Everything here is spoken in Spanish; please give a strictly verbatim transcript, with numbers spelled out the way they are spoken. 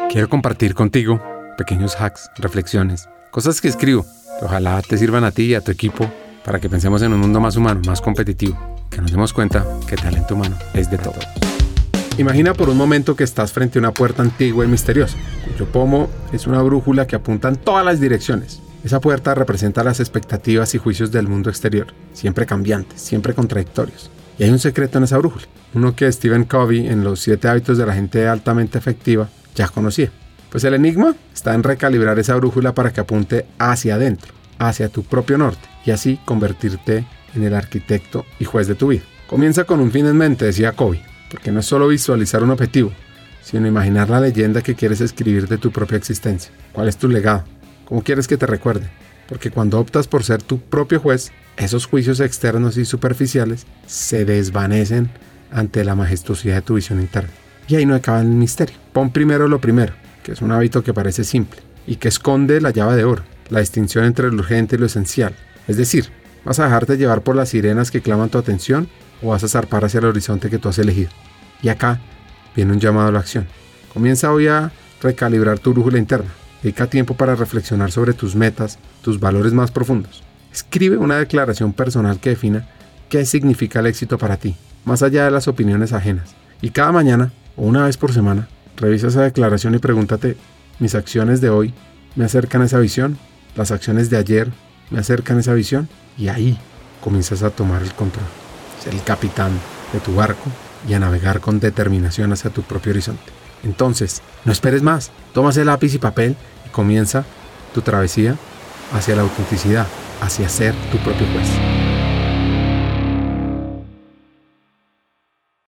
Quiero compartir contigo pequeños hacks, reflexiones, cosas que escribo que ojalá te sirvan a ti y a tu equipo para que pensemos en un mundo más humano, más competitivo, que nos demos cuenta que el talento humano es de todos. Imagina por un momento que estás frente a una puerta antigua y misteriosa, cuyo pomo es una brújula que apunta en todas las direcciones. Esa puerta representa las expectativas y juicios del mundo exterior, siempre cambiantes, siempre contradictorios. Y hay un secreto en esa brújula, uno que Stephen Covey en los siete hábitos de la gente altamente efectiva ya conocía. Pues el enigma está en recalibrar esa brújula para que apunte hacia adentro, hacia tu propio norte, y así convertirte en el arquitecto y juez de tu vida. Comienza con un fin en mente, decía Covey, porque no es solo visualizar un objetivo, sino imaginar la leyenda que quieres escribir de tu propia existencia. ¿Cuál es tu legado? ¿Cómo quieres que te recuerde? Porque cuando optas por ser tu propio juez, esos juicios externos y superficiales se desvanecen ante la majestuosidad de tu visión interna. Y ahí no acaba el misterio. Pon primero lo primero, que es un hábito que parece simple y que esconde la llave de oro, la distinción entre lo urgente y lo esencial. Es decir, ¿vas a dejarte llevar por las sirenas que claman tu atención o vas a zarpar hacia el horizonte que tú has elegido? Y acá viene un llamado a la acción. Comienza hoy a recalibrar tu brújula interna. Dedica tiempo para reflexionar sobre tus metas, tus valores más profundos. Escribe una declaración personal que defina qué significa el éxito para ti, más allá de las opiniones ajenas. Y cada mañana, o una vez por semana, revisa esa declaración y pregúntate, ¿mis acciones de hoy me acercan a esa visión? ¿Las acciones de ayer me acercan a esa visión? Y ahí comienzas a tomar el control, ser el capitán de tu barco y a navegar con determinación hacia tu propio horizonte. Entonces, no esperes más, toma ese lápiz y papel y comienza tu travesía hacia la autenticidad, hacia ser tu propio juez.